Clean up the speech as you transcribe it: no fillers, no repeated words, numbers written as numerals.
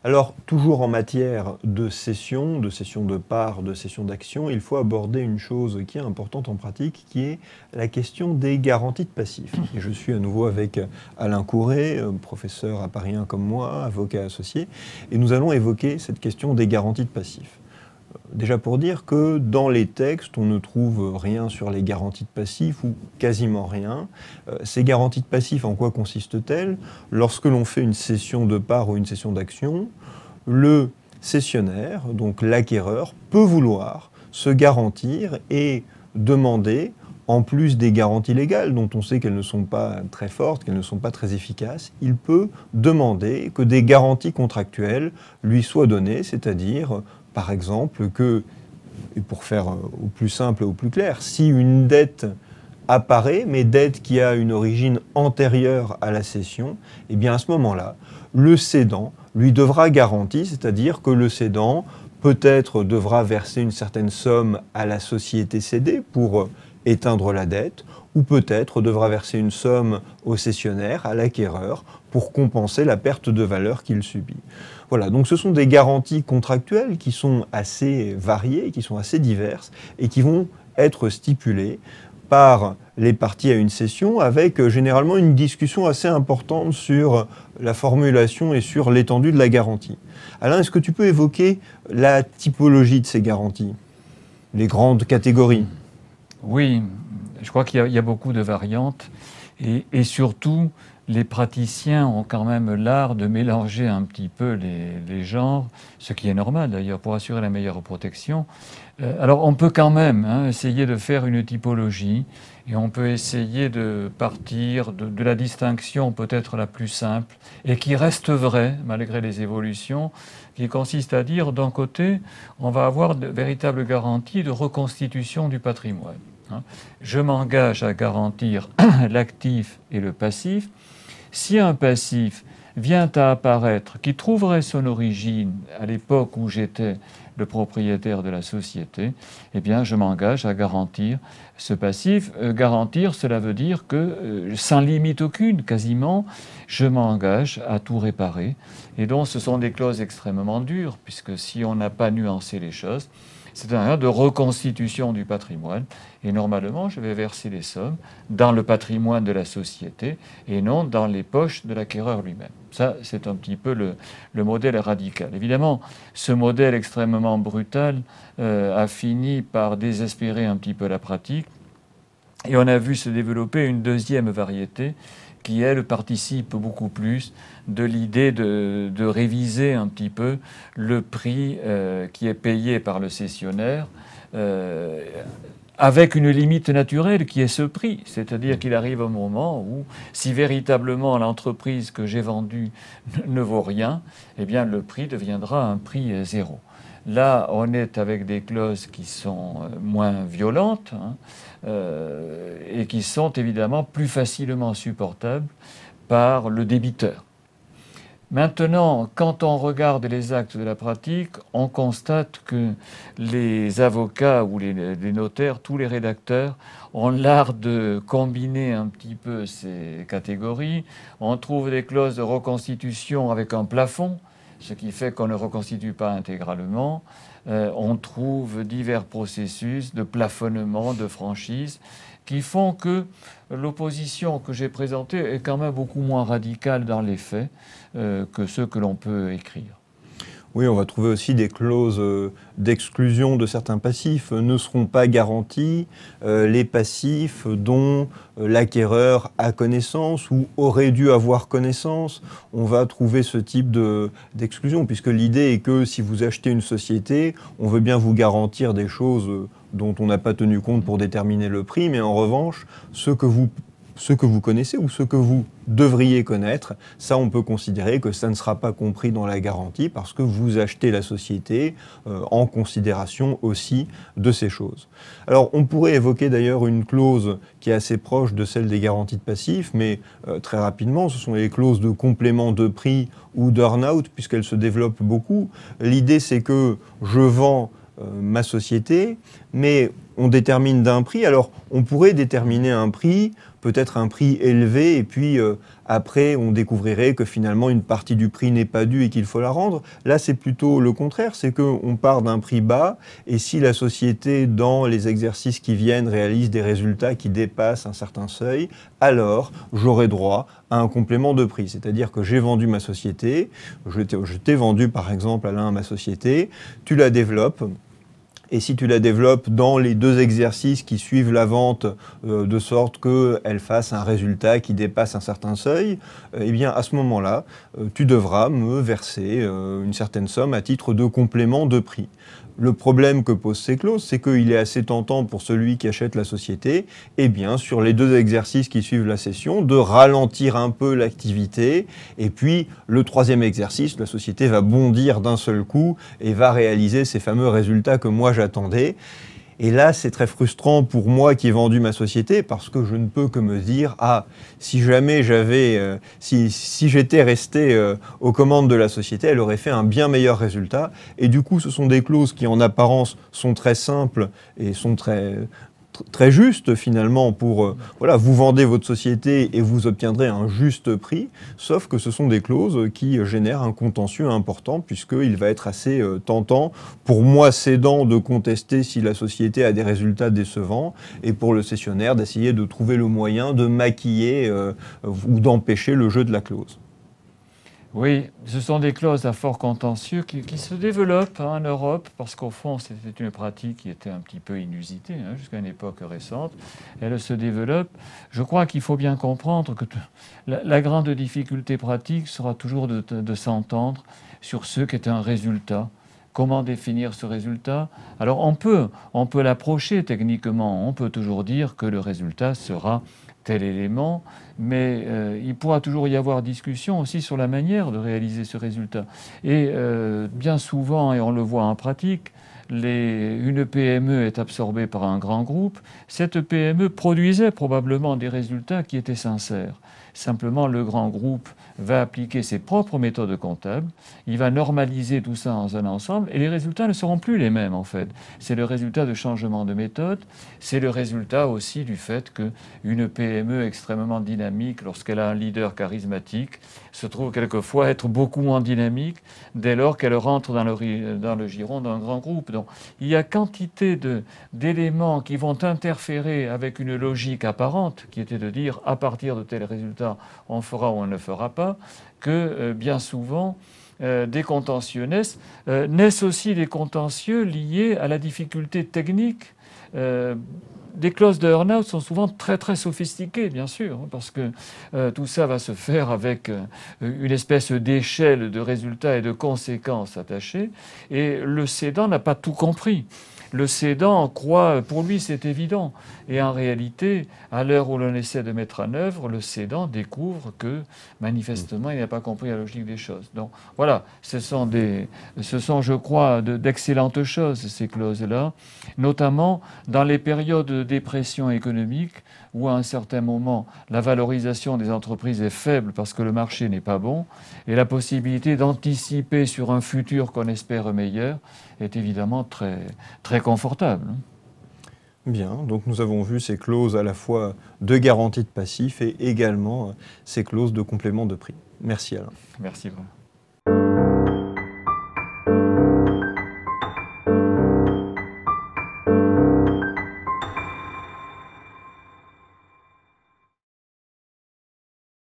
Alors, toujours en matière de cession de parts, de cession d'actions, il faut aborder une chose qui est importante en pratique, qui est la question des garanties de passifs. Et je suis à nouveau avec Alain Courret, professeur à Paris 1 comme moi, avocat associé, et nous allons évoquer cette question des garanties de passifs. Déjà pour dire que dans les textes, on ne trouve rien sur les garanties de passifs ou quasiment rien. Ces garanties de passifs, en quoi consistent-elles? Lorsque l'on fait une cession de parts ou une cession d'actions, le cessionnaire, donc l'acquéreur, peut vouloir se garantir et demander, en plus des garanties légales, dont on sait qu'elles ne sont pas très fortes, qu'elles ne sont pas très efficaces, il peut demander que des garanties contractuelles lui soient données, c'est-à-dire par exemple que, et pour faire au plus simple et au plus clair, si une dette apparaît, mais dette qui a une origine antérieure à la cession, eh bien à ce moment-là, le cédant lui devra garantie, c'est-à-dire que le cédant peut-être devra verser une certaine somme à la société cédée pour éteindre la dette, ou peut-être devra verser une somme au cessionnaire, à l'acquéreur, pour compenser la perte de valeur qu'il subit. Voilà, donc ce sont des garanties contractuelles qui sont assez variées, qui sont assez diverses, et qui vont être stipulées par les parties à une cession, avec généralement une discussion assez importante sur la formulation et sur l'étendue de la garantie. Alain, est-ce que tu peux évoquer la typologie de ces garanties, les grandes catégories? Oui, je crois qu'il y a beaucoup de variantes et surtout, les praticiens ont quand même l'art de mélanger un petit peu les genres, ce qui est normal d'ailleurs pour assurer la meilleure protection. Alors on peut quand même essayer de faire une typologie et on peut essayer de partir de la distinction peut-être la plus simple et qui reste vraie malgré les évolutions, qui consiste à dire d'un côté on va avoir de véritables garanties de reconstitution du patrimoine. Je m'engage à garantir l'actif et le passif. Si un passif vient à apparaître qui trouverait son origine à l'époque où j'étais le propriétaire de la société, eh bien je m'engage à garantir ce passif. Garantir, cela veut dire que, sans limite aucune, quasiment, je m'engage à tout réparer. Et donc ce sont des clauses extrêmement dures, puisque si on n'a pas nuancé les choses, c'est un acte de reconstitution du patrimoine. Et normalement, je vais verser les sommes dans le patrimoine de la société et non dans les poches de l'acquéreur lui-même. Ça, c'est un petit peu le modèle radical. Évidemment, ce modèle extrêmement brutal a fini par désespérer un petit peu la pratique. Et on a vu se développer une deuxième variété qui, elle, participe beaucoup plus de l'idée de réviser un petit peu le prix qui est payé par le cessionnaire avec une limite naturelle qui est ce prix. C'est-à-dire qu'il arrive un moment où, si véritablement l'entreprise que j'ai vendue ne vaut rien, eh bien le prix deviendra un prix zéro. Là, on est avec des clauses qui sont moins violentes et qui sont évidemment plus facilement supportables par le débiteur. Maintenant, quand on regarde les actes de la pratique, on constate que les avocats ou les notaires, tous les rédacteurs, ont l'art de combiner un petit peu ces catégories. On trouve des clauses de reconstitution avec un plafond, ce qui fait qu'on ne reconstitue pas intégralement. On trouve divers processus de plafonnement, de franchise, qui font que l'opposition que j'ai présentée est quand même beaucoup moins radicale dans les faits que ceux que l'on peut écrire. Oui, on va trouver aussi des clauses d'exclusion de certains passifs ne seront pas garantis. Les passifs dont l'acquéreur a connaissance ou aurait dû avoir connaissance, on va trouver ce type d'exclusion, puisque l'idée est que si vous achetez une société, on veut bien vous garantir des choses dont on n'a pas tenu compte pour déterminer le prix, mais en revanche, ce que vous connaissez ou ce que vous devriez connaître, ça on peut considérer que ça ne sera pas compris dans la garantie parce que vous achetez la société en considération aussi de ces choses. Alors on pourrait évoquer d'ailleurs une clause qui est assez proche de celle des garanties de passifs, mais très rapidement ce sont les clauses de complément de prix ou d'earn-out puisqu'elles se développent beaucoup. L'idée c'est que je vends ma société, mais on détermine d'un prix. Alors, on pourrait déterminer un prix, peut-être un prix élevé, et puis après, on découvrirait que finalement, une partie du prix n'est pas due et qu'il faut la rendre. Là, c'est plutôt le contraire, c'est qu'on part d'un prix bas, et si la société, dans les exercices qui viennent, réalise des résultats qui dépassent un certain seuil, alors j'aurai droit à un complément de prix. C'est-à-dire que j'ai vendu ma société, je t'ai vendu par exemple, Alain, ma société, tu la développes. Et si tu la développes dans les 2 exercices qui suivent la vente, de sorte qu'elle fasse un résultat qui dépasse un certain seuil, eh bien à ce moment-là, tu devras me verser une certaine somme à titre de complément de prix. Le problème que posent ces clauses, c'est qu'il est assez tentant pour celui qui achète la société, eh bien, sur les 2 exercices qui suivent la cession, de ralentir un peu l'activité. Et puis, le 3e exercice, la société va bondir d'un seul coup et va réaliser ces fameux résultats que moi j'attendais. Et là, c'est très frustrant pour moi qui ai vendu ma société parce que je ne peux que me dire « Ah, si jamais si j'étais resté aux commandes de la société, elle aurait fait un bien meilleur résultat. » Et du coup, ce sont des clauses qui, en apparence, sont très simples et sont très juste finalement pour, voilà, vous vendez votre société et vous obtiendrez un juste prix, sauf que ce sont des clauses qui génèrent un contentieux important puisqu'il va être assez tentant pour moi cédant de contester si la société a des résultats décevants et pour le cessionnaire d'essayer de trouver le moyen de maquiller ou d'empêcher le jeu de la clause. Oui, ce sont des clauses à fort contentieux qui se développent en Europe, parce qu'au fond, c'était une pratique qui était un petit peu inusitée jusqu'à une époque récente. Elle se développe. Je crois qu'il faut bien comprendre que la grande difficulté pratique sera toujours de s'entendre sur ce qu'est un résultat. Comment définir ce résultat? Alors on peut l'approcher techniquement. On peut toujours dire que le résultat sera tel élément, mais il pourra toujours y avoir discussion aussi sur la manière de réaliser ce résultat. Et bien souvent, et on le voit en pratique, une PME est absorbée par un grand groupe. Cette PME produisait probablement des résultats qui étaient sincères. Simplement, le grand groupe va appliquer ses propres méthodes comptables, il va normaliser tout ça en un ensemble, et les résultats ne seront plus les mêmes en fait. C'est le résultat de changement de méthode, c'est le résultat aussi du fait qu'une PME extrêmement dynamique, lorsqu'elle a un leader charismatique, se trouve quelquefois être beaucoup moins dynamique dès lors qu'elle rentre dans le giron d'un grand groupe. Donc il y a quantité d'éléments qui vont interférer avec une logique apparente, qui était de dire à partir de tel résultat, on fera ou on ne fera pas, que bien souvent des contentieux naissent. Naissent aussi des contentieux liés à la difficulté technique. Des clauses de earn-out sont souvent très très sophistiquées, bien sûr, parce que tout ça va se faire avec une espèce d'échelle de résultats et de conséquences attachées, et le cédant n'a pas tout compris. Le cédant croit, pour lui c'est évident, et en réalité, à l'heure où l'on essaie de mettre en œuvre, le cédant découvre que manifestement il n'a pas compris la logique des choses. Donc voilà, ce sont je crois, d'excellentes choses, ces clauses-là, notamment dans les périodes de dépression économique où à un certain moment la valorisation des entreprises est faible parce que le marché n'est pas bon, et la possibilité d'anticiper sur un futur qu'on espère meilleur est évidemment très, très confortable. Bien, donc nous avons vu ces clauses à la fois de garantie de passif et également ces clauses de complément de prix. Merci Alain. Merci beaucoup.